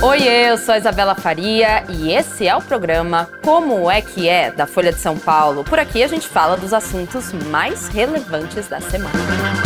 Oiê, eu sou a Isabela Faria e esse é o programa Como é que é, da Folha de São Paulo. Por aqui a gente fala dos assuntos mais relevantes da semana.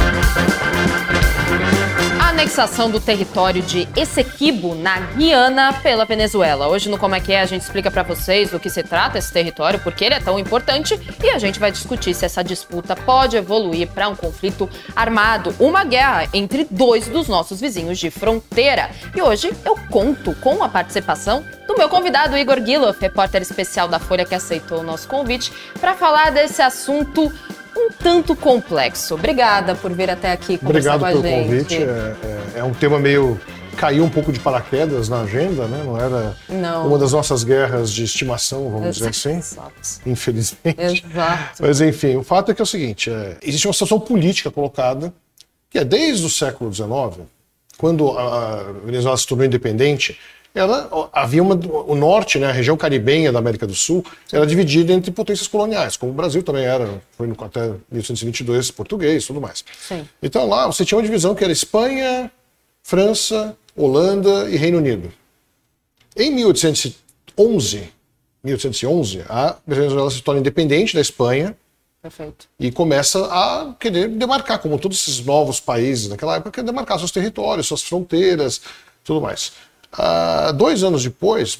A anexação do território de Essequibo, na Guiana, pela Venezuela. Hoje no Como é que é a gente explica pra vocês do que se trata esse território, por que ele é tão importante e a gente vai discutir se essa disputa pode evoluir para um conflito armado, uma guerra entre dois dos nossos vizinhos de fronteira. E hoje eu conto com a participação do meu convidado Igor Guillof, repórter especial da Folha que aceitou o nosso convite para falar desse assunto um tanto complexo. Obrigada por vir até aqui conversar com a gente. Obrigado pelo convite. É um tema meio... Caiu um pouco de paraquedas na agenda, né? Não era uma das nossas guerras de estimação, vamos dizer assim. Exato. Infelizmente. Exato. Mas, enfim, o fato é que é o seguinte. Existe uma situação política colocada, que é desde o século XIX, quando a Venezuela se tornou independente, havia o norte, né, a região caribenha da América do Sul, era dividida entre potências coloniais, como o Brasil também era, foi até 1822 português e tudo mais. Sim. Então lá você tinha uma divisão que era Espanha, França, Holanda e Reino Unido. Em 1811, a Venezuela se torna independente da Espanha. Perfeito. E começa a querer demarcar, como todos esses novos países naquela época, querer demarcar seus territórios, suas fronteiras, tudo mais. 3 anos depois,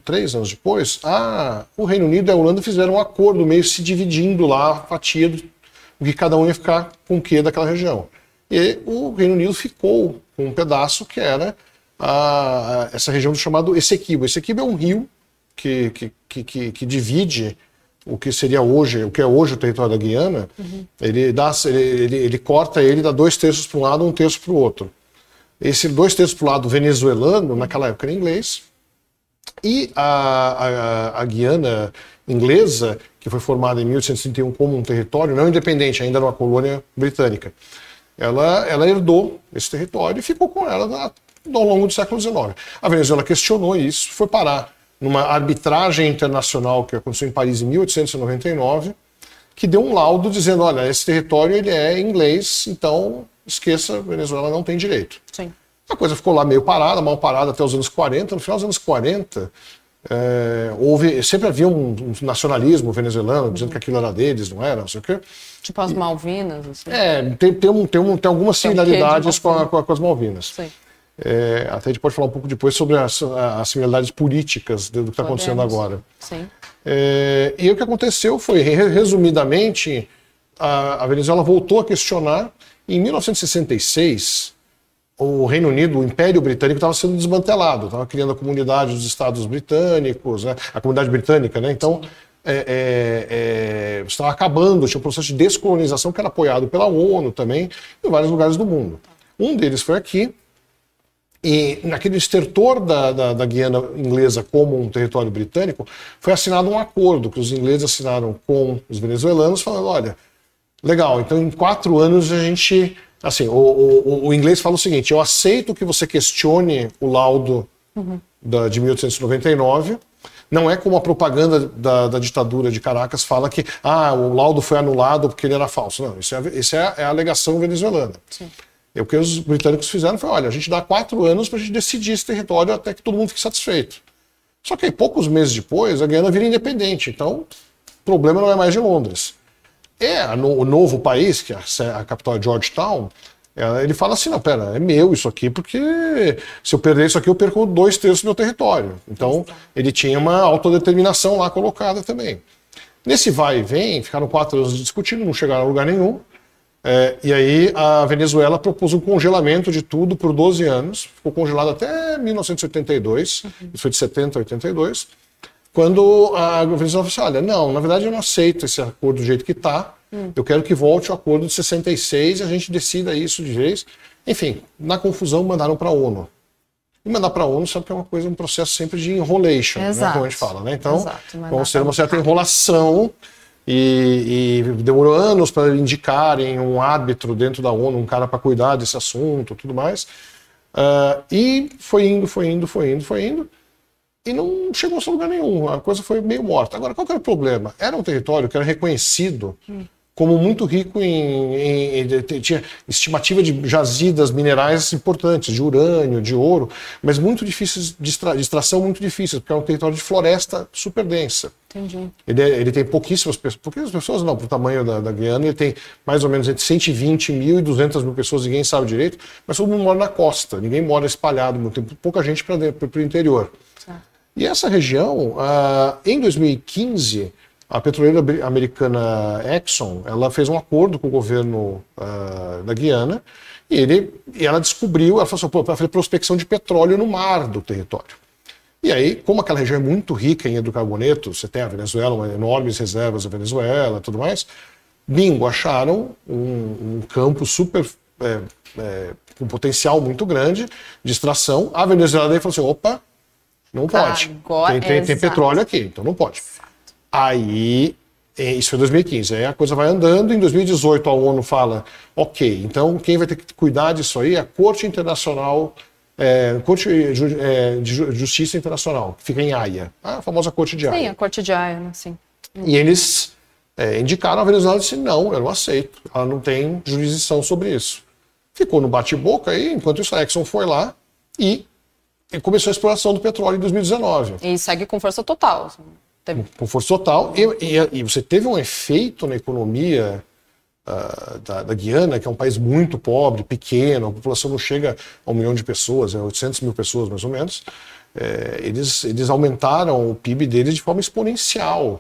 o Reino Unido e a Holanda fizeram um acordo, meio se dividindo lá a fatia do que cada um ia ficar com o que daquela região. E o Reino Unido ficou com um pedaço que era essa região do chamado Essequibo. Essequibo é um rio que divide o que seria hoje, o que é hoje o território da Guiana. Uhum. Ele corta ele, dá 2/3 para um lado, 1/3 para o outro. Esse 2/3 para o lado venezuelano, naquela época era inglês, e a Guiana inglesa, que foi formada em 1831 como um território não independente, ainda era uma colônia britânica, ela herdou esse território e ficou com ela ao longo do século XIX. A Venezuela questionou isso, foi parar numa arbitragem internacional que aconteceu em Paris em 1899, que deu um laudo dizendo, olha, esse território ele é inglês, então esqueça, a Venezuela não tem direito. Sim. A coisa ficou lá meio parada, mal parada até os anos 40. No final dos anos 40, sempre havia um nacionalismo venezuelano, dizendo que aquilo era deles, não era, não sei o quê. Tipo as Malvinas, assim. Tem algumas similaridades com as Malvinas. Sim. Até a gente pode falar um pouco depois sobre as similaridades políticas do que está acontecendo agora. Sim. E o que aconteceu foi, resumidamente, a Venezuela voltou a questionar. Em 1966, o Reino Unido, o Império Britânico, estava sendo desmantelado, estava criando a comunidade dos Estados Britânicos, né, a comunidade britânica, né? Então, estava acabando, tinha um processo de descolonização que era apoiado pela ONU também, em vários lugares do mundo. Um deles foi aqui, e naquele estertor da Guiana inglesa como um território britânico, foi assinado um acordo que os ingleses assinaram com os venezuelanos, falando, olha, legal, então em 4 anos a gente... Assim, o inglês fala o seguinte, eu aceito que você questione o laudo de 1899, não é como a propaganda da ditadura de Caracas fala que o laudo foi anulado porque ele era falso. Não, isso é a alegação venezuelana. Sim. O que os britânicos fizeram foi, olha, a gente dá 4 anos para a gente decidir esse território até que todo mundo fique satisfeito. Só que aí, poucos meses depois, a Guiana vira independente, então o problema não é mais de Londres. O novo país, que a capital é Georgetown, ele fala assim, não, pera, é meu isso aqui, porque se eu perder isso aqui, eu perco 2/3 do meu território. Então, ele tinha uma autodeterminação lá colocada também. Nesse vai e vem, ficaram 4 anos discutindo, não chegaram a lugar nenhum. E aí a Venezuela propôs um congelamento de tudo por 12 anos, ficou congelado até 1982, isso foi de 70 a 82, quando a Venezuela falou assim, olha, não, na verdade eu não aceito esse acordo do jeito que está, eu quero que volte o acordo de 66 e a gente decida isso de vez. Enfim, na confusão mandaram para a ONU. E mandar para a ONU sabe que é uma coisa, um processo sempre de enrolation, né, como a gente fala, né? Então, vamos ter uma certa enrolação e demorou anos para indicarem um árbitro dentro da ONU, um cara para cuidar desse assunto, tudo mais. E foi indo. E não chegou a lugar nenhum, a coisa foi meio morta. Agora, qual que era o problema? Era um território que era reconhecido como muito rico tinha estimativa de jazidas minerais importantes, de urânio, de ouro, mas muito difíceis de extração, muito difíceis, porque é um território de floresta super densa. Entendi. Ele tem pouquíssimas pessoas não, para o tamanho da Guiana, ele tem mais ou menos entre 120 mil e 200 mil pessoas, ninguém sabe direito, mas todo mundo mora na costa, ninguém mora espalhado, tem pouca gente para o interior. E essa região, em 2015, a petroleira americana Exxon, ela fez um acordo com o governo da Guiana e ela descobriu, ela falou assim, para fazer prospecção de petróleo no mar do território. E aí, como aquela região é muito rica em hidrocarboneto, você tem a Venezuela, enormes reservas da Venezuela e tudo mais, bingo, acharam um campo super com potencial muito grande de extração. A Venezuela daí falou assim, opa, não pode, tem petróleo aqui, então não pode. Aí, isso foi em 2015, aí a coisa vai andando, em 2018 a ONU fala, ok, então quem vai ter que cuidar disso aí é a Corte Internacional, Corte de Justiça Internacional, que fica em Haia, a famosa Corte de Haia. Sim, a Corte de Haia, sim. E eles indicaram a Venezuela e disse, não, eu não aceito, ela não tem jurisdição sobre isso. Ficou no bate-boca aí, enquanto isso a Exxon foi lá e começou a exploração do petróleo em 2019. E segue com força total. Com força total, e você teve um efeito na economia da Guiana, que é um país muito pobre, pequeno, a população não chega a 1 milhão de pessoas, 800 mil pessoas mais ou menos. Eles aumentaram o PIB deles de forma exponencial.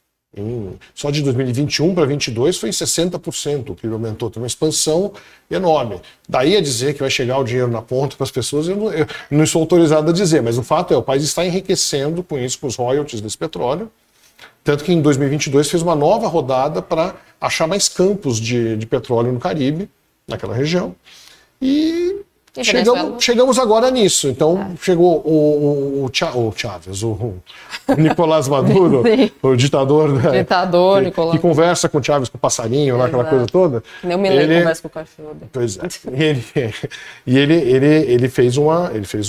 Só de 2021 para 2022 foi em 60% o PIB aumentou, tem uma expansão enorme. Daí a dizer que vai chegar o dinheiro na ponta para as pessoas, eu não sou autorizado a dizer, mas o fato é o país está enriquecendo com isso, com os royalties desse petróleo, tanto que em 2022 fez uma nova rodada para achar mais campos de petróleo no Caribe, naquela região, e chegamos agora nisso. Então chegou o Chávez, o Nicolás Maduro, o ditador, que conversa com o Chávez, com o passarinho, lá, aquela coisa toda. Nem o Milei conversa com o cachorro. Pois é. Ele fez um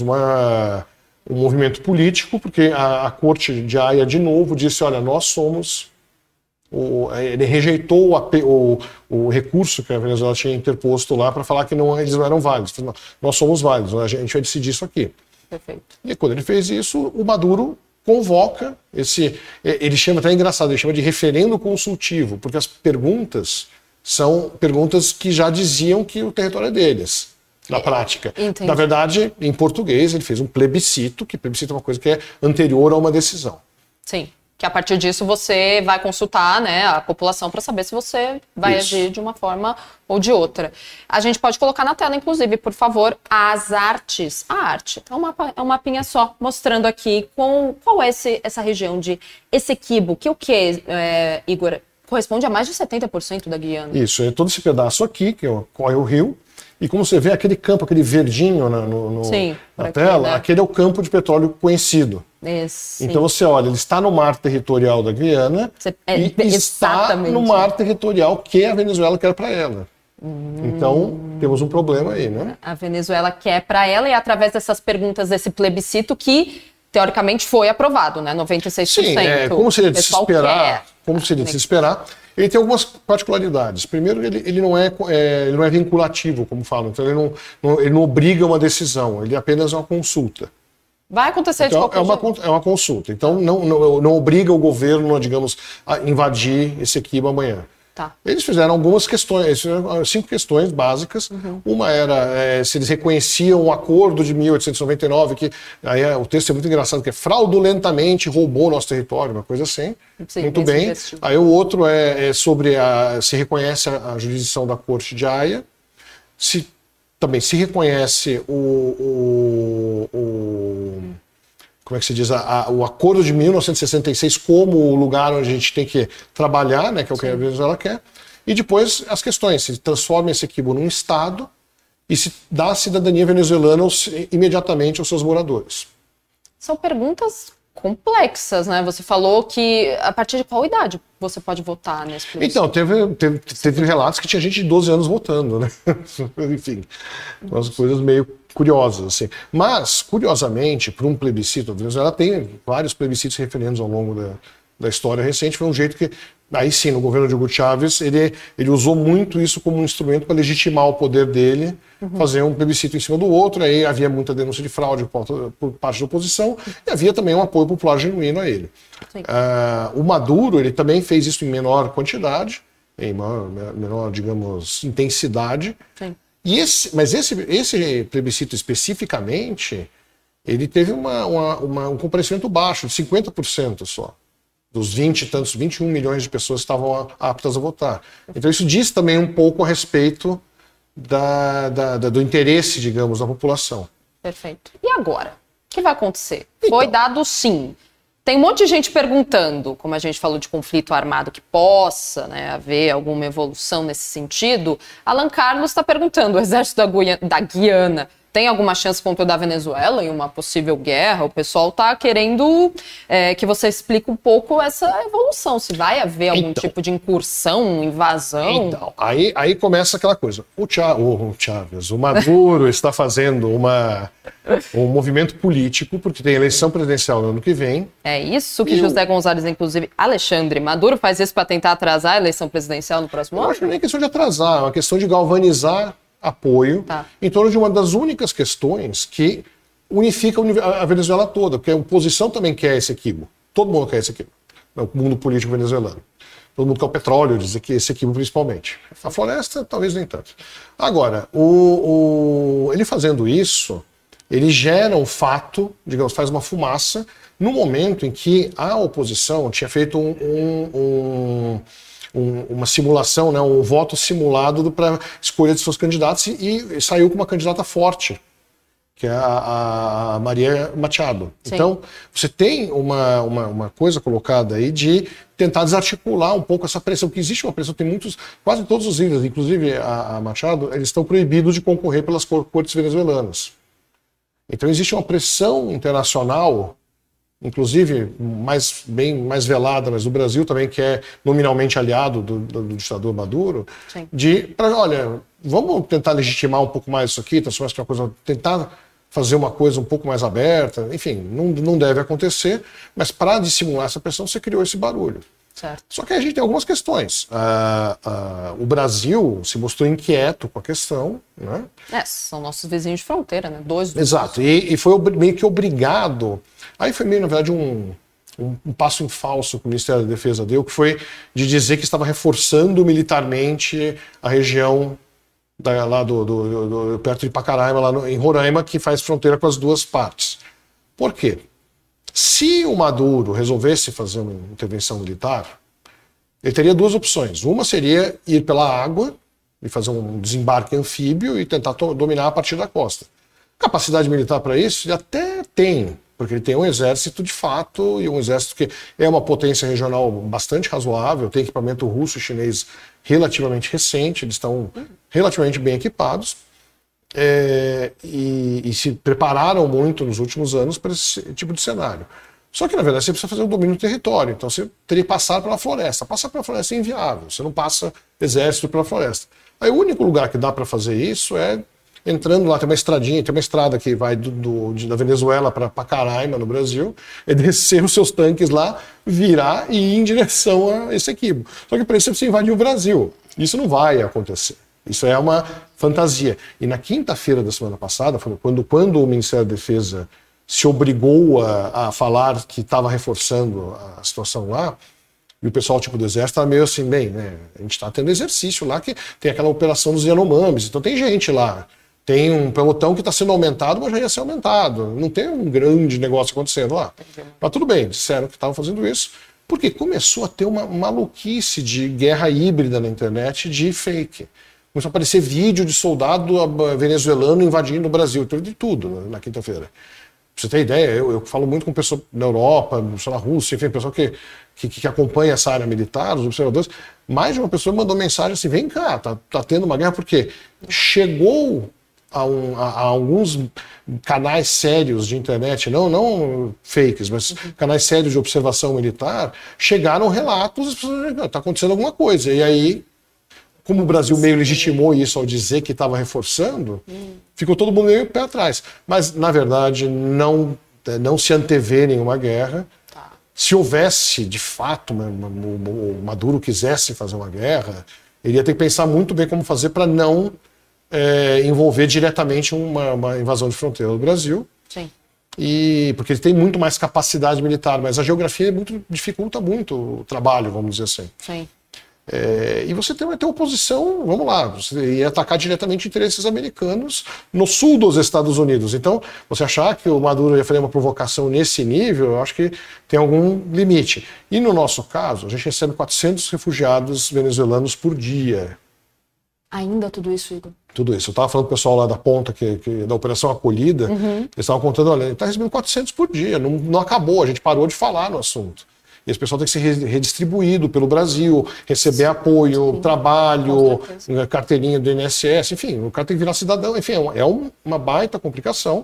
movimento político, porque a Corte de Haia, de novo, disse, olha, nós somos... Ele rejeitou o recurso que a Venezuela tinha interposto lá para falar que eles não eram válidos. Nós somos válidos, a gente vai decidir isso aqui. Perfeito. E quando ele fez isso, o Maduro convoca ele chama, até engraçado, ele chama de referendo consultivo, porque as perguntas são perguntas que já diziam que o território é deles, na prática. Entendi. Na verdade, em português, ele fez um plebiscito, que plebiscito é uma coisa que é anterior a uma decisão. Sim. Que a partir disso você vai consultar, né, a população para saber se você vai agir de uma forma ou de outra. A gente pode colocar na tela, inclusive, por favor, as artes. A arte. É um mapinha só, mostrando aqui qual é essa região de Essequibo, que Igor, corresponde a mais de 70% da Guiana. Isso, é todo esse pedaço aqui, que corre o rio. E como você vê, aquele campo, aquele verdinho na tela, aquele é o campo de petróleo conhecido. Então você olha, ele está no mar territorial da Guiana e está no mar territorial que a Venezuela quer para ela. Então temos um problema aí, né? A Venezuela quer para ela e através dessas perguntas desse plebiscito que teoricamente foi aprovado, né? 96%. Sim, como seria de se esperar? Como seria de se esperar? Ele tem algumas particularidades. Primeiro, ele não é vinculativo, como falam. Então ele não obriga uma decisão. Ele apenas é uma consulta. Vai acontecer de qualquer jeito. É uma consulta. Então não obriga o governo, digamos, a invadir esse Essequibo amanhã. Tá. Eles fizeram algumas questões, eles fizeram 5 questões básicas. Uma era se eles reconheciam o acordo de 1899, que aí o texto é muito engraçado, que é fraudulentamente roubou o nosso território, uma coisa assim. Sim, muito bem. Aí o outro é sobre se reconhece a jurisdição da Corte de Haia, também se reconhece como é que se diz, o acordo de 1966 como o lugar onde a gente tem que trabalhar, né, que é o que a Venezuela quer, e depois as questões, se transforma esse Essequibo num Estado e se dá a cidadania venezuelana imediatamente aos seus moradores. São perguntas complexas, né? Você falou que a partir de qual idade você pode votar nesse plebiscito? Então, teve relatos que tinha gente de 12 anos votando, né? Enfim, umas coisas meio curiosas, assim. Mas, curiosamente, para um plebiscito, a Venezuela tem vários plebiscitos e referendos ao longo da história recente, foi um jeito que Aí sim, no governo de Hugo Chávez, ele usou muito isso como um instrumento para legitimar o poder dele, fazer um plebiscito em cima do outro, aí havia muita denúncia de fraude por parte da oposição, e havia também um apoio popular genuíno a ele. O Maduro, ele também fez isso em menor quantidade, em menor, digamos, intensidade. Sim. Mas esse plebiscito especificamente, ele teve um comparecimento baixo, de 50% só. Dos 21 milhões de pessoas que estavam aptas a votar. Então isso diz também um pouco a respeito do interesse, digamos, da população. Perfeito. E agora? O que vai acontecer? Então, foi dado sim. Tem um monte de gente perguntando, como a gente falou de conflito armado, que possa, né, haver alguma evolução nesse sentido. Alan Carlos está perguntando, o exército da Guiana tem alguma chance contra o da Venezuela em uma possível guerra? O pessoal está querendo que você explique um pouco essa evolução, se vai haver algum tipo de incursão, invasão. Então, aí começa aquela coisa. O Chávez, o Maduro está fazendo um movimento político, porque tem eleição presidencial no ano que vem. É isso que José Gonzalez, inclusive, Alexandre Maduro faz isso para tentar atrasar a eleição presidencial no próximo ano? Eu acho que nem é questão de atrasar, é uma questão de galvanizar apoio em torno de uma das únicas questões que unifica a Venezuela toda, porque a oposição também quer esse equívoco. Todo mundo quer esse equívoco. O mundo político venezuelano. Todo mundo quer o petróleo, dizer que esse equívoco principalmente. A floresta, talvez nem tanto. Agora, ele fazendo isso, ele gera um fato, digamos, faz uma fumaça, no momento em que a oposição tinha feito uma simulação, né, um voto simulado para escolha de seus candidatos e saiu com uma candidata forte, que é a Maria Machado. Sim. Então, você tem uma coisa colocada aí de tentar desarticular um pouco essa pressão, porque existe uma pressão, tem quase todos os líderes, inclusive a Machado, eles estão proibidos de concorrer pelas cortes venezuelanas. Então existe uma pressão internacional, inclusive bem mais velada, mas o Brasil também, que é nominalmente aliado do ditador Maduro, olha, vamos tentar legitimar um pouco mais isso aqui, transformar isso em uma coisa, tentar fazer uma coisa um pouco mais aberta, enfim, não deve acontecer, mas para dissimular essa pressão, você criou esse barulho. Certo. Só que a gente tem algumas questões. O Brasil se mostrou inquieto com a questão, né? São nossos vizinhos de fronteira, né? Exato, e foi meio que obrigado. Aí foi meio, na verdade, um passo em falso que o Ministério da Defesa deu, que foi de dizer que estava reforçando militarmente a região lá perto de Pacaraima, lá em Roraima, que faz fronteira com as duas partes. Por quê? Se o Maduro resolvesse fazer uma intervenção militar, ele teria duas opções. Uma seria ir pela água e fazer um desembarque anfíbio e tentar dominar a partir da costa. Capacidade militar para isso ele até tem, porque ele tem um exército de fato, e um exército que é uma potência regional bastante razoável, tem equipamento russo e chinês relativamente recente, eles estão relativamente bem equipados. E se prepararam muito nos últimos anos para esse tipo de cenário. Só que, na verdade, você precisa fazer um domínio do território, então você teria que passar pela floresta. Passar pela floresta é inviável, você não passa exército pela floresta. Aí o único lugar que dá para fazer isso é entrando lá, tem uma estradinha, tem uma estrada que vai da Venezuela para Pacaraima, no Brasil, é descer os seus tanques lá, virar e ir em direção a esse equívoco. Só que para isso você precisa invadir o Brasil. Isso não vai acontecer. Isso é uma fantasia. E na quinta-feira da semana passada, quando o Ministério da Defesa se obrigou a falar que estava reforçando a situação lá, e o pessoal do Exército estava meio assim, bem, né, a gente está tendo exercício lá, que tem aquela operação dos Yanomamis, então tem gente lá. Tem um pelotão que está sendo aumentado, mas já ia ser aumentado. Não tem um grande negócio acontecendo lá. Mas tudo bem, disseram que estavam fazendo isso, porque começou a ter uma maluquice de guerra híbrida na internet de fake. Começou a aparecer vídeo de soldado venezuelano invadindo o Brasil. Teve de tudo na quinta-feira. Pra você ter ideia, eu falo muito com pessoas na Europa, na Rússia, enfim, pessoal que acompanha essa área militar, os observadores. Mais de uma pessoa me mandou mensagem assim, vem cá, tá tendo uma guerra, porque chegou a alguns canais sérios de internet, não fakes, mas canais sérios de observação militar, chegaram relatos, as pessoas dizendo, tá acontecendo alguma coisa. E aí, como o Brasil meio legitimou isso ao dizer que estava reforçando, ficou todo mundo meio pé atrás. Mas, na verdade, não se antevê nenhuma guerra. se houvesse, de fato, o Maduro quisesse fazer uma guerra, ele ia ter que pensar muito bem como fazer para não envolver diretamente uma invasão de fronteira do Brasil. Sim. Porque ele tem muito mais capacidade militar, mas a geografia dificulta muito o trabalho, vamos dizer assim. Sim. E você vai ter oposição, vamos lá, você ia atacar diretamente interesses americanos no sul dos Estados Unidos. Então, você achar que o Maduro ia fazer uma provocação nesse nível, eu acho que tem algum limite. E no nosso caso, a gente recebe 400 refugiados venezuelanos por dia. Ainda tudo isso, Igor? Tudo isso. Eu estava falando com o pessoal lá da ponta, da Operação Acolhida, eles estavam contando, olha, ele está recebendo 400 por dia, não acabou, a gente parou de falar no assunto. E esse pessoal tem que ser redistribuído pelo Brasil, receber apoio, trabalho, carteirinha do INSS, enfim, o cara tem que virar cidadão, enfim, é uma baita complicação.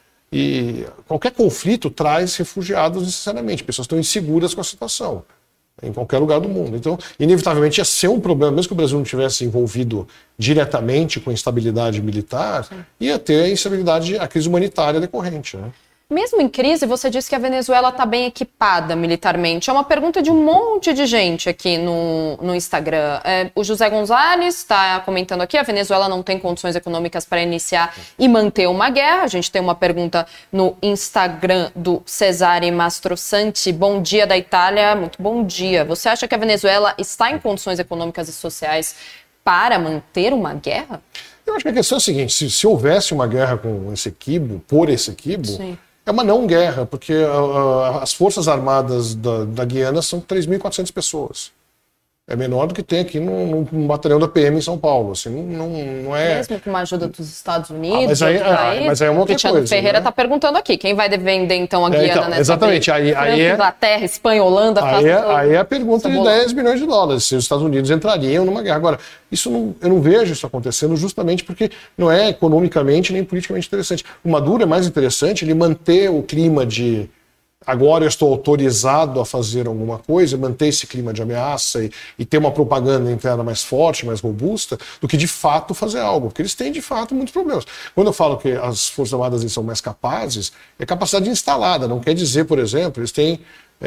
E qualquer conflito traz refugiados necessariamente, pessoas estão inseguras com a situação, em qualquer lugar do mundo. Então, inevitavelmente ia ser um problema, mesmo que o Brasil não tivesse envolvido diretamente com a instabilidade militar, ia ter a instabilidade, a crise humanitária decorrente, né? Mesmo em crise, você disse que a Venezuela está bem equipada militarmente. É uma pergunta de um monte de gente aqui no Instagram. O José Gonzalez está comentando aqui, a Venezuela não tem condições econômicas para iniciar e manter uma guerra. A gente tem uma pergunta no Instagram do Cesare Mastrosanti. Bom dia da Itália, muito bom dia. Você acha que a Venezuela está em condições econômicas e sociais para manter uma guerra? Eu acho que a questão é a seguinte, se houvesse uma guerra com Essequibo, por Essequibo, sim, é uma não guerra, porque as Forças Armadas da Guiana são 3.400 pessoas. É menor do que tem aqui no batalhão da PM em São Paulo. Assim, não é... Mesmo com a ajuda dos Estados Unidos, mas aí é uma outra Cristiano coisa. Ferreira está, né? perguntando aqui, quem vai defender então a Guiana nessa exatamente. briga? Aí Inglaterra, Espanha, Holanda... Aí é a pergunta de 10 milhões de dólares, se os Estados Unidos entrariam numa guerra. Agora, eu não vejo isso acontecendo justamente porque não é economicamente nem politicamente interessante. O Maduro é mais interessante ele manter o clima de... Agora eu estou autorizado a fazer alguma coisa, manter esse clima de ameaça e ter uma propaganda interna mais forte, mais robusta, do que de fato fazer algo. Porque eles têm, de fato, muitos problemas. Quando eu falo que as Forças Armadas são mais capazes, é capacidade instalada. Não quer dizer, por exemplo, eles têm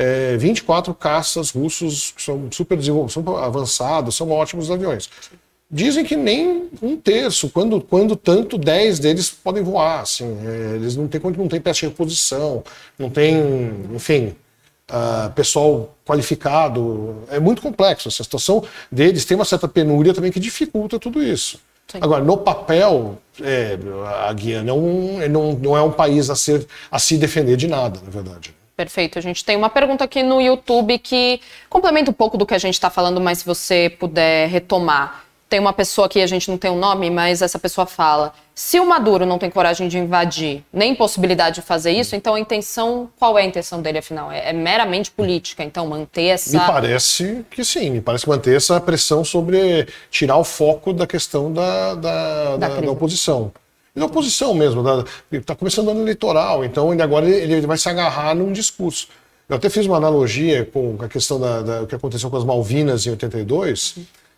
24 caças russos que são super desenvolvidos, são avançados, são ótimos aviões. Dizem que nem um terço, quando tanto 10 deles podem voar, assim, eles não têm peça de reposição, não tem, enfim, pessoal qualificado, é muito complexo, essa situação deles tem uma certa penúria também que dificulta tudo isso. Sim. Agora, no papel, a Guiana não é um país a se defender de nada, na verdade. Perfeito. A gente tem uma pergunta aqui no YouTube que complementa um pouco do que a gente está falando, mas se você puder retomar. Tem uma pessoa aqui, a gente não tem um nome, mas essa pessoa fala: se o Maduro não tem coragem de invadir, nem possibilidade de fazer isso, então qual é a intenção dele, afinal? É meramente política, então manter essa... Me parece que sim, me parece manter essa pressão sobre tirar o foco da questão da oposição. E da oposição mesmo, está começando o ano eleitoral, então agora ele vai se agarrar num discurso. Eu até fiz uma analogia com a questão do que aconteceu com as Malvinas em 82,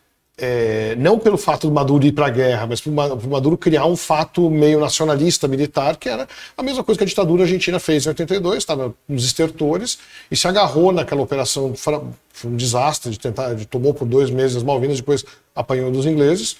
não pelo fato do Maduro ir para a guerra, mas para o Maduro criar um fato meio nacionalista, militar, que era a mesma coisa que a ditadura argentina fez em 82, estava nos estertores, e se agarrou naquela operação, foi um desastre, tomou por 2 meses as Malvinas, depois apanhou dos ingleses,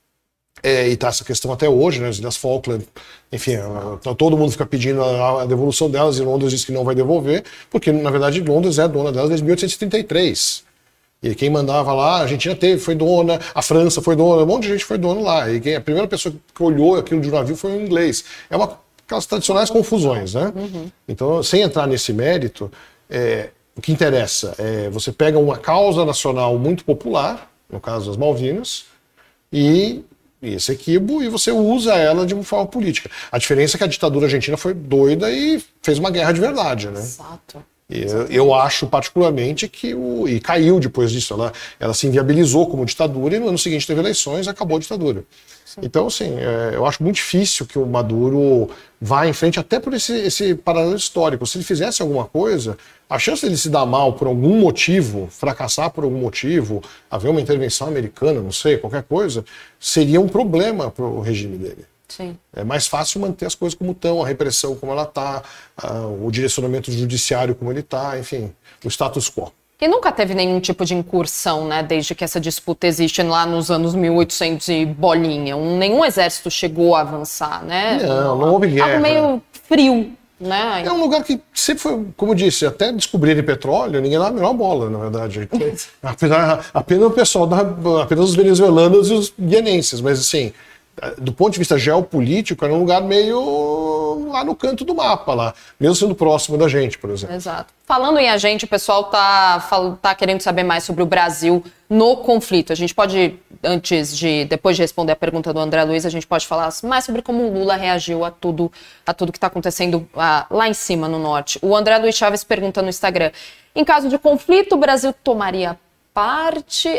e está essa questão até hoje, né, as Ilhas Falkland, enfim, todo mundo fica pedindo a devolução delas, e Londres diz que não vai devolver, porque na verdade Londres é dona delas desde 1833. E quem mandava lá, a Argentina foi dona, a França foi dona, um monte de gente foi dona lá. E a primeira pessoa que olhou aquilo de um navio foi um inglês. Aquelas tradicionais confusões, né? Uhum. Então, sem entrar nesse mérito, o que interessa é você pega uma causa nacional muito popular, no caso das Malvinas, e Essequibo, e você usa ela de uma forma política. A diferença é que a ditadura argentina foi doida e fez uma guerra de verdade, né? Exato. Eu acho particularmente e caiu depois disso, ela se inviabilizou como ditadura e no ano seguinte teve eleições e acabou a ditadura. Sim. Então, assim, eu acho muito difícil que o Maduro vá em frente até por esse paralelo histórico. Se ele fizesse alguma coisa, a chance dele se dar mal por algum motivo, fracassar por algum motivo, haver uma intervenção americana, não sei, qualquer coisa, seria um problema para o regime dele. Sim. É mais fácil manter as coisas como estão, a repressão como ela está, o direcionamento judiciário como ele está, enfim, o status quo. E nunca teve nenhum tipo de incursão, né, desde que essa disputa existe lá nos anos 1800 e bolinha. Nenhum exército chegou a avançar, né? Não houve guerra. Algo meio frio, né? É um lugar que sempre foi, como eu disse, até descobrirem petróleo, ninguém dá a menor bola, na verdade. Apenas o pessoal, apenas os venezuelanos e os guianenses, mas assim, do ponto de vista geopolítico, era um lugar meio lá no canto do mapa, lá, mesmo sendo próximo da gente, por exemplo. Exato. Falando em a gente, o pessoal tá querendo saber mais sobre o Brasil no conflito. A gente pode, depois de responder a pergunta do André Luiz, a gente pode falar mais sobre como o Lula reagiu a tudo que está acontecendo lá em cima, no norte. O André Luiz Chaves pergunta no Instagram: em caso de conflito, o Brasil tomaria parte?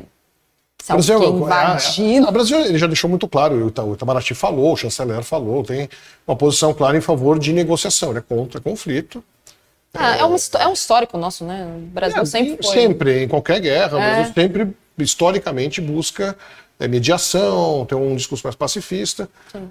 O Brasil ele já deixou muito claro, o Itamaraty falou, o chanceler falou, tem uma posição clara em favor de negociação, ele é contra conflito. É um histórico nosso, né? O Brasil sempre foi. Sempre, em qualquer guerra, o Brasil sempre, historicamente, busca mediação, tem um discurso mais pacifista.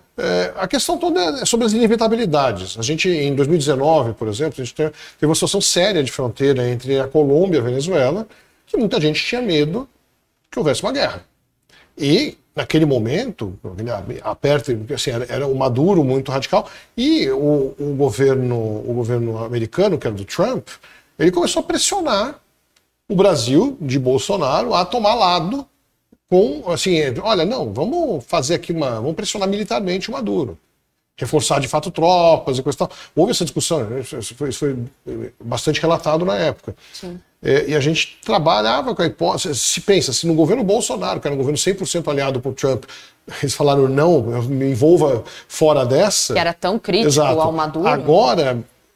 A questão toda é sobre as inevitabilidades. A gente, em 2019, por exemplo, a gente teve uma situação séria de fronteira entre a Colômbia e a Venezuela, que muita gente tinha medo que houvesse uma guerra. E, naquele momento, assim, era o Maduro muito radical, e o governo americano, que era do Trump, ele começou a pressionar o Brasil, de Bolsonaro, a tomar lado com, assim, olha, não, vamos fazer aqui vamos pressionar militarmente o Maduro. Reforçar de fato tropas e coisa e tal. Houve essa discussão, isso foi bastante relatado na época. Sim. E a gente trabalhava com a hipótese, se pensa, se no governo Bolsonaro, que era um governo 100% aliado por Trump, eles falaram, não, me envolva fora dessa. Que era tão crítico. Exato. Ao Maduro. Agora,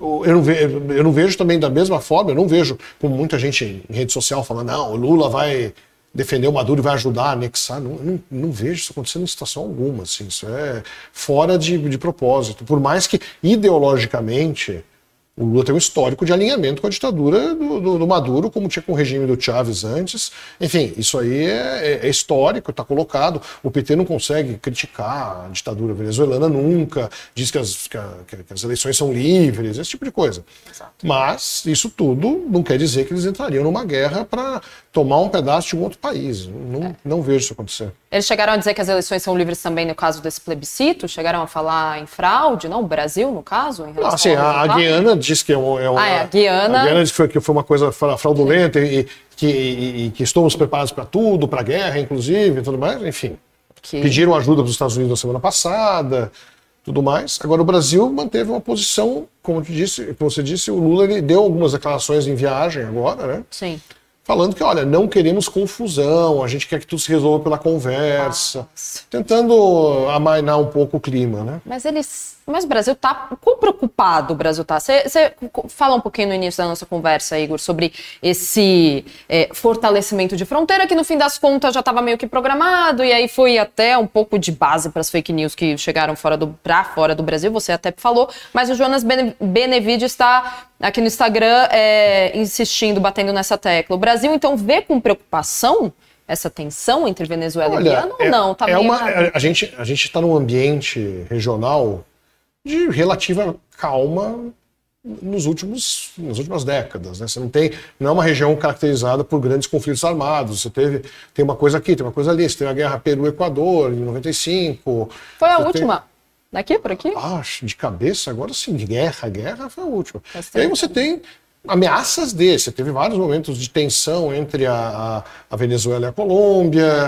eu não vejo também da mesma forma, eu não vejo, como muita gente em rede social falando, não, o Lula vai defender o Maduro e vai ajudar a anexar. Não vejo isso acontecendo em situação alguma. Assim, isso é fora de propósito. Por mais que, ideologicamente, o Lula tem um histórico de alinhamento com a ditadura do Maduro, como tinha com o regime do Chávez antes. Enfim, isso aí é histórico, está colocado. O PT não consegue criticar a ditadura venezuelana nunca, diz que as eleições são livres, esse tipo de coisa. Exato. Mas isso tudo não quer dizer que eles entrariam numa guerra para tomar um pedaço de um outro país. Não vejo isso acontecer. Eles chegaram a dizer que as eleições são livres também no caso desse plebiscito? Chegaram a falar em fraude? Não, o Brasil, no caso? Em relação assim, a Guiana diz que a Guiana disse que foi uma coisa fraudulenta e que estamos preparados para tudo, para a guerra, inclusive, e tudo mais. Enfim, pediram ajuda para os Estados Unidos na semana passada, tudo mais. Agora, o Brasil manteve uma posição, como você disse, o Lula ele deu algumas declarações em viagem agora, né? Sim. Falando que, olha, não queremos confusão, a gente quer que tudo se resolva pela conversa, tentando amainar um pouco o clima, né? Mas o Brasil tá... Quão preocupado o Brasil tá? Você fala um pouquinho no início da nossa conversa, Igor, sobre esse fortalecimento de fronteira, que no fim das contas já estava meio que programado, e aí foi até um pouco de base para as fake news que chegaram fora do Brasil, você até falou, mas o Jonas Benevides está aqui no Instagram insistindo, batendo nessa tecla. O Brasil, então, vê com preocupação essa tensão entre Venezuela e Guiana ou não? Tá a gente está num ambiente regional de relativa calma nas últimas décadas, né? Você não é uma região caracterizada por grandes conflitos armados. Você tem uma coisa aqui, tem uma coisa ali. Você tem a guerra Peru-Equador em 95. Foi a última? Daqui, por aqui? De cabeça, agora sim, guerra foi a última. E aí você tem ameaças você teve vários momentos de tensão entre a Venezuela e a Colômbia,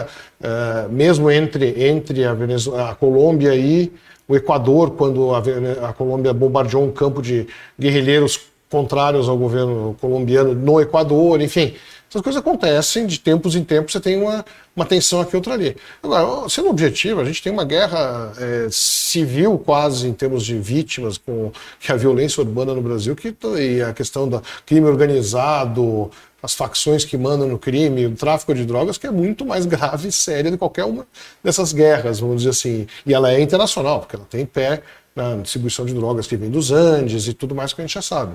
mesmo entre a Colômbia e o Equador, quando a Colômbia bombardeou um campo de guerrilheiros contrários ao governo colombiano no Equador, enfim. Essas coisas acontecem, de tempos em tempos você tem uma tensão aqui, outra ali. Agora, sendo objetivo, a gente tem uma guerra civil quase em termos de vítimas, que é a violência urbana no Brasil, e a questão do crime organizado, as facções que mandam no crime, o tráfico de drogas, que é muito mais grave e séria do que qualquer uma dessas guerras, vamos dizer assim. E ela é internacional, porque ela tem pé na distribuição de drogas que vem dos Andes e tudo mais que a gente já sabe.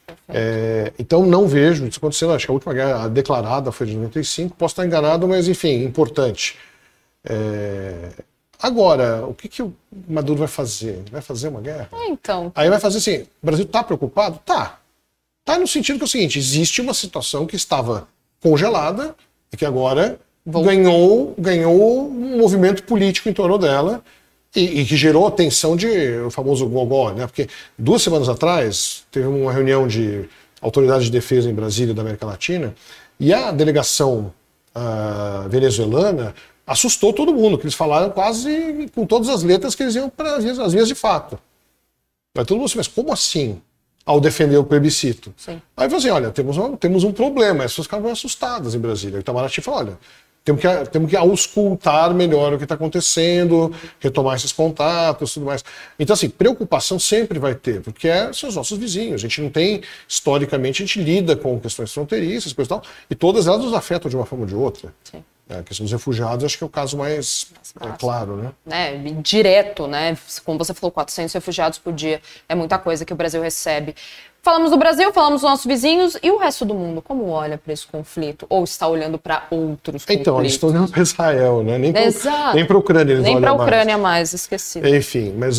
Então não vejo isso acontecendo. Acho que a última guerra declarada foi de 95, posso estar enganado, mas enfim, importante. Agora, o que o Maduro vai fazer? Vai fazer uma guerra? Então. Aí vai fazer assim, o Brasil está preocupado? Tá. Tá no sentido que é o seguinte, existe uma situação que estava congelada e que agora ganhou um movimento político em torno dela e que gerou a tensão o famoso gogó, né? Porque 2 semanas atrás teve uma reunião de autoridades de defesa em Brasília, da América Latina, e a delegação venezuelana assustou todo mundo, que eles falaram quase com todas as letras que eles iam para as vias de fato. Aí todo mundo assim, mas como assim? Ao defender o plebiscito. Sim. Aí falou assim, olha, temos um problema, as pessoas ficaram assustadas em Brasília. O Itamaraty falou, olha, temos que auscultar melhor o que está acontecendo, retomar esses contatos e tudo mais. Então, assim, preocupação sempre vai ter, porque são os nossos vizinhos. A gente não tem, historicamente, a gente lida com questões fronteiriças, coisas e tal, e todas elas nos afetam de uma forma ou de outra. Sim. A questão dos refugiados, acho que é o caso mais claro, né? Direto, né? Como você falou, 400 refugiados por dia. É muita coisa que o Brasil recebe. Falamos do Brasil, falamos dos nossos vizinhos. E o resto do mundo, como olha para esse conflito? Ou está olhando para outros conflitos? Então, eles estão olhando para Israel, né? Nem para a Ucrânia eles nem olham mais. Nem para a Ucrânia mais, esqueci. Enfim, mas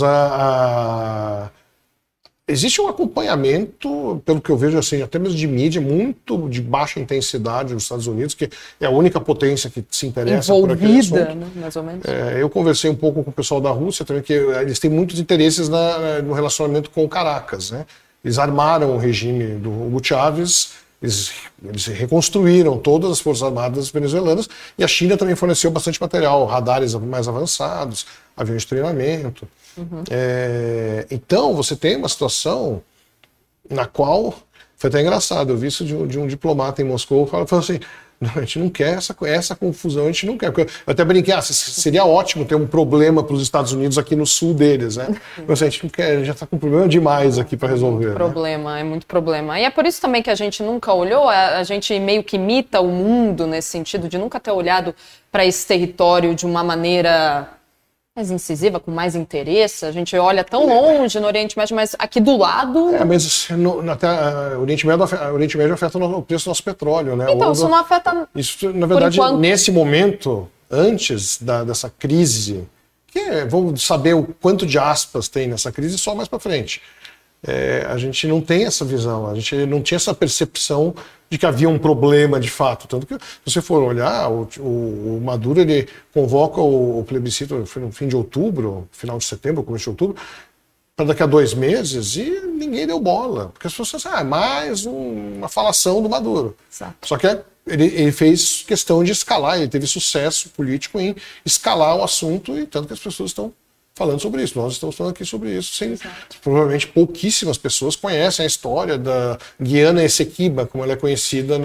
existe um acompanhamento, pelo que eu vejo, assim, até mesmo de mídia, muito de baixa intensidade nos Estados Unidos, que é a única potência que se interessa por aquele assunto. Né? Mais ou menos. Eu conversei um pouco com o pessoal da Rússia também, que eles têm muitos interesses no relacionamento com o Caracas, né? Eles armaram o regime do Hugo Chávez, eles reconstruíram todas as forças armadas venezuelanas, e a China também forneceu bastante material, radares mais avançados, aviões de treinamento. Uhum. Então, você tem uma situação na qual, foi até engraçado, eu vi isso de um diplomata em Moscou, falando assim, não, a gente não quer essa confusão, a gente não quer. Porque eu até brinquei, seria ótimo ter um problema para os Estados Unidos aqui no sul deles, né? Mas a gente não quer, a gente já está com problema demais aqui para resolver. É muito problema. E é por isso também que a gente nunca olhou, a gente meio que imita o mundo nesse sentido, de nunca ter olhado para esse território de uma maneira mais incisiva, com mais interesse. A gente olha tão longe no Oriente Médio, mas aqui do lado... Mas até o Oriente Médio afeta o preço do nosso petróleo, né? Então, isso não afeta... Isso, na verdade, nesse momento, antes dessa crise, vamos saber o quanto de aspas tem nessa crise só mais para frente. A gente não tem essa visão, a gente não tinha essa percepção de que havia um problema de fato. Tanto que, se você for olhar, o Maduro ele convoca o plebiscito foi no fim de outubro, final de setembro, começo de outubro, para daqui a 2 meses, e ninguém deu bola. Porque as pessoas pensam, mais uma falação do Maduro. Exato. Só que ele fez questão de escalar, ele teve sucesso político em escalar o assunto, e tanto que as pessoas estão falando sobre isso. Nós estamos falando aqui sobre isso. Provavelmente pouquíssimas pessoas conhecem a história da Guiana Essequiba, como ela é conhecida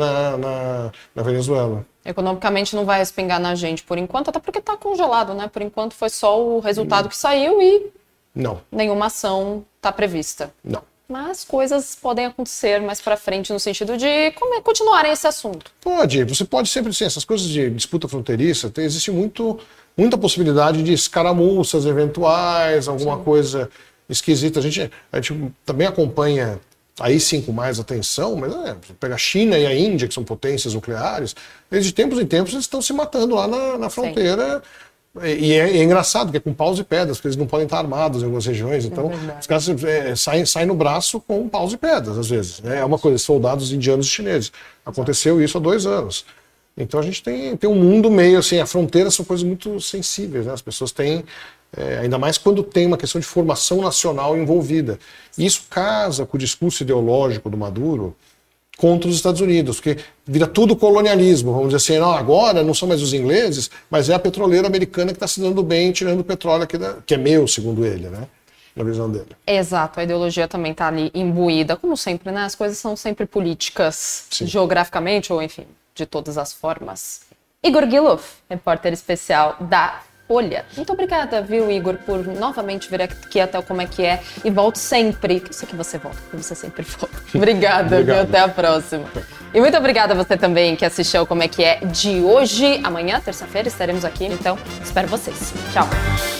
na Venezuela. Economicamente não vai respingar na gente por enquanto, até porque está congelado, né? Por enquanto foi só o resultado que saiu e nenhuma ação está prevista. Não. Mas coisas podem acontecer mais para frente no sentido de continuarem esse assunto. Você pode sempre, sim, essas coisas de disputa fronteiriça, existe muita possibilidade de escaramuças eventuais, alguma coisa esquisita. A gente também acompanha, aí sim com mais atenção, mas você pega a China e a Índia, que são potências nucleares, eles de tempos em tempos eles estão se matando lá na fronteira. Sim. E é engraçado, que é com paus e pedras, porque eles não podem estar armados em algumas regiões. Então, os caras saem no braço com paus e pedras, às vezes. É uma coisa, soldados indianos e chineses. Aconteceu isso há 2 anos. Então, a gente tem um mundo meio assim, a fronteira são coisas muito sensíveis, né? As pessoas têm, ainda mais quando tem uma questão de formação nacional envolvida. E isso casa com o discurso ideológico do Maduro contra os Estados Unidos, porque vira tudo colonialismo, vamos dizer assim, agora não são mais os ingleses, mas é a petroleira americana que está se dando bem, tirando o petróleo aqui que é meu, segundo ele, né? Na visão dele. Exato, a ideologia também está ali imbuída, como sempre, né? As coisas são sempre políticas, geograficamente, ou enfim, de todas as formas. Igor Gilov, repórter especial da Folha. Muito obrigada, viu, Igor, por novamente vir aqui até o Como é que é, e volte sempre. Eu sei que você volta, porque você sempre volta. Obrigada, viu? Até a próxima. E muito obrigada a você também que assistiu ao Como é que é de hoje. Amanhã, terça-feira, estaremos aqui, então espero vocês. Tchau.